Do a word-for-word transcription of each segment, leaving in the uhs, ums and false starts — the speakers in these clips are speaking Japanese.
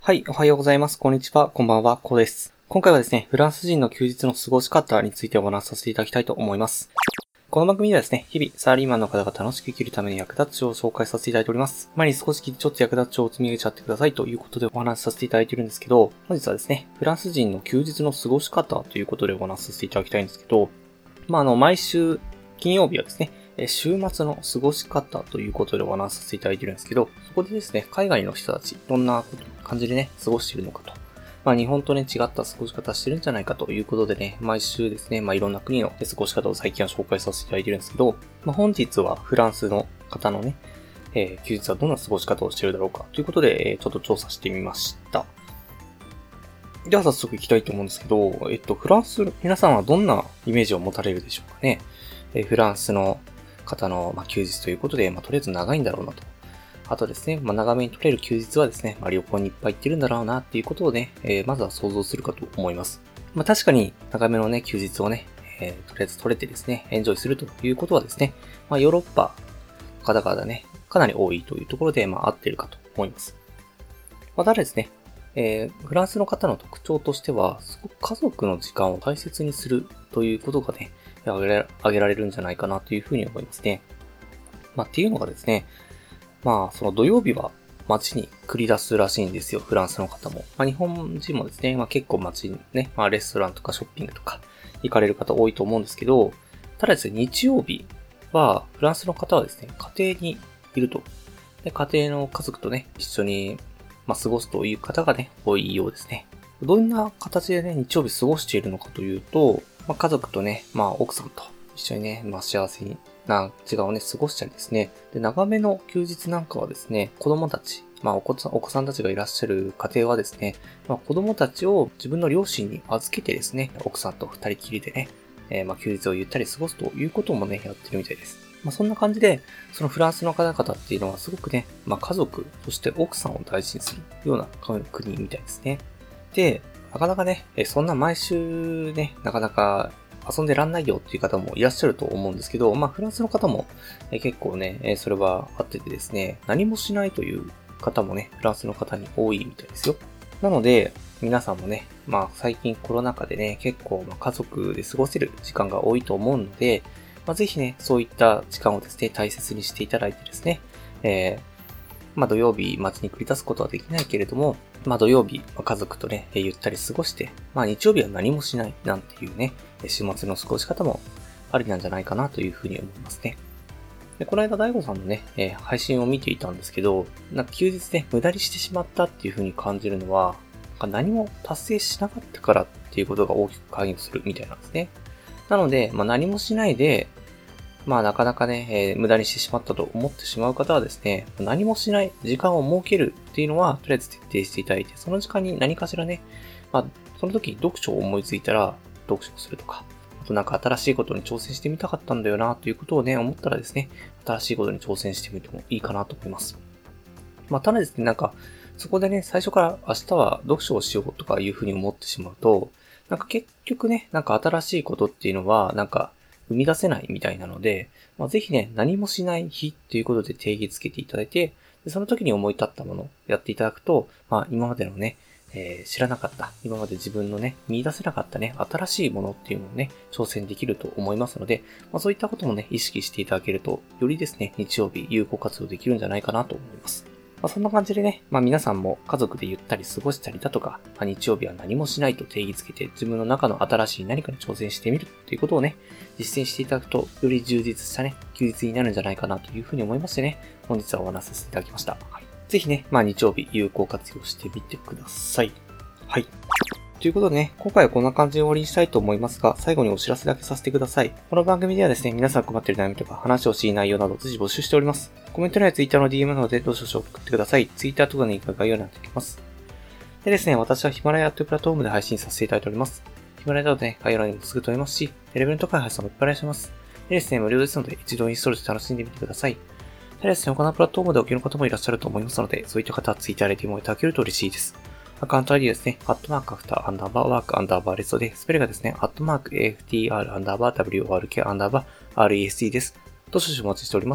はい、おはようございます。こんにちは。こんばんは。こうです。今回はですね、フランス人の休日の過ごし方についてお話しさせていただきたいと思います。この番組ではですね、日々サラリーマンの方が楽しく生きるために役立つ帳を紹介させていただいております。前に少し聞いてちょっと役立つ帳を積み上げちゃってくださいということでお話しさせていただいているんですけど、本日はですね、フランス人の休日の過ごし方ということでお話しさせていただきたいんですけど、まあ、あの、毎週金曜日はですね、週末の過ごし方ということでお話しさせていただいているんですけど、そこでですね、海外の人たち、どんな感じでね、過ごしているのかと。まあ日本とね、違った過ごし方してるんじゃないかということでね、毎週ですね、まあいろんな国の過ごし方を最近は紹介させていただいているんですけど、まあ本日はフランスの方のね、えー、休日はどんな過ごし方をしているだろうかということで、えー、ちょっと調査してみました。では早速行きたいと思うんですけど、えっと、フランス、皆さんはどんなイメージを持たれるでしょうかね。えー、フランスの方の、まあ、休日ということで、まあ、とりあえず長いんだろうなと。あとですね、まあ、長めに取れる休日はですね、まあ、旅行にいっぱい行ってるんだろうなっていうことをね、えー、まずは想像するかと思います。まあ、確かに長めのね、休日をね、えー、とりあえず取れてですね、エンジョイするということはですね、まあ、ヨーロッパの方々ね、かなり多いというところで、まあ、合ってるかと思います。まあ、ただですね、えー、フランスの方の特徴としては、すごく家族の時間を大切にするということがね、挙げら, げられるんじゃないかなというふうに思いますね。まあ、っていうのがですね、まあ、その土曜日は街に繰り出すらしいんですよ、フランスの方も。まあ、日本人もですね、まあ結構街にね、まあレストランとかショッピングとか行かれる方多いと思うんですけど、ただですね、日曜日はフランスの方はですね、家庭にいると。で、家庭の家族とね、一緒に、まあ、過ごすという方がね、多いようですね。どんな形でね、日曜日過ごしているのかというと、まあ、家族とね、まあ、奥さんと一緒にね、まあ、幸せな時間をね、過ごしたりですね。で、長めの休日なんかはですね、子供たち、まあお子さん、お子さんたちがいらっしゃる家庭はですね、まあ、子供たちを自分の両親に預けてですね、奥さんと二人きりでね、えー、まあ休日をゆったり過ごすということもね、やってるみたいです。まあそんな感じで、そのフランスの方々っていうのはすごくね、まあ家族、そして奥さんを大事にするような国みたいですね。で、なかなかね、そんな毎週ね、なかなか遊んでらんないよっていう方もいらっしゃると思うんですけど、まあフランスの方も結構ね、それはあっててですね、何もしないという方もね、フランスの方に多いみたいですよ。なので、皆さんもね、まあ最近コロナ禍でね、結構家族で過ごせる時間が多いと思うので、まあ、ぜひね、そういった時間をですね、大切にしていただいてですね、えー、まあ土曜日街に繰り出すことはできないけれども、まあ土曜日、家族とね、ゆったり過ごして、まあ日曜日は何もしないなんていうね、週末の過ごし方もありなんじゃないかなというふうに思いますね。で、この間、大悟さんのね、えー、配信を見ていたんですけど、なんか休日ね、無駄にしてしまったっていう風に感じるのは、なんか何も達成しなかったからっていうことが大きく関与するみたいなんですね。なので、まあ何もしないで、まあなかなかね、えー、無駄にしてしまったと思ってしまう方はですね、何もしない時間を設けるっていうのは、とりあえず徹底していただいて、その時間に何かしらね、まあ、その時に読書を思いついたら、読書をするとか、あとなんか新しいことに挑戦してみたかったんだよなということをね、思ったらですね、新しいことに挑戦してみてもいいかなと思います。まあただですね、なんか、そこでね、最初から明日は読書をしようとかいうふうに思ってしまうと、なんか結局ね、なんか新しいことっていうのは、なんか生み出せないみたいなので、まあ、ぜひね、何もしない日っていうことで定義つけていただいて、でその時に思い立ったものをやっていただくと、まあ今までのね、えー、知らなかった、今まで自分のね、見出せなかったね、新しいものっていうのをね、挑戦できると思いますので、まあそういったこともね、意識していただけると、よりですね、日曜日有効活用できるんじゃないかなと思います。まあそんな感じでね、まあ皆さんも家族でゆったり過ごしたりだとか、まあ、日曜日は何もしないと定義つけて、自分の中の新しい何かに挑戦してみるっていうことをね、実践していただくと、より充実したね、休日になるんじゃないかなというふうに思いましてね、本日はお話しさせていただきました。はい、ぜひね、まあ日曜日有効活用してみてください。はい。ということでね、今回はこんな感じで終わりにしたいと思いますが、最後にお知らせだけさせてください。この番組ではですね、皆さん困っている悩みとか話をしい内容など随時募集しております。コメント欄や Twitter の ディーエム などでどうしよう送ってください。Twitter とかのリンクが概要欄になっておきます。でですね、私はヒマラヤというプラットフォームで配信させていただいております。ヒマラヤだとね、概要欄にもすぐ飛べますし、レベルの高い配信もいっぱいいらっしゃいます。でですね、無料ですので一度インストールして楽しんでみてください。でですね、他のプラットフォームでお聞きの方もいらっしゃると思いますので、そういった方は Twitter で ディーエム をいただけると嬉しいです。アカウント アイディー ですね、アットマークアフターアンダーバーワークアンダーバーレストで、スペルがですね、アットマーク エーエフティーアール アンダーバー ダブリューオーアールケー アンダーバー アールイーエスティー です。どしどしお待ちしております。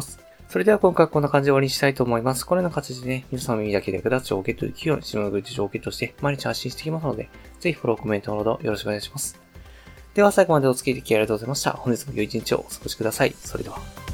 それでは今回はこんな感じで終わりにしたいと思います。このような形でね、皆さんの耳だけで役立つ情報をゲットできるように、自分の情報をゲットして毎日発信していきますので、ぜひフォロー、コメントのほどよろしくお願いします。では最後までお付き合いいただきありがとうございました。本日も良い一日をお過ごしください。それでは。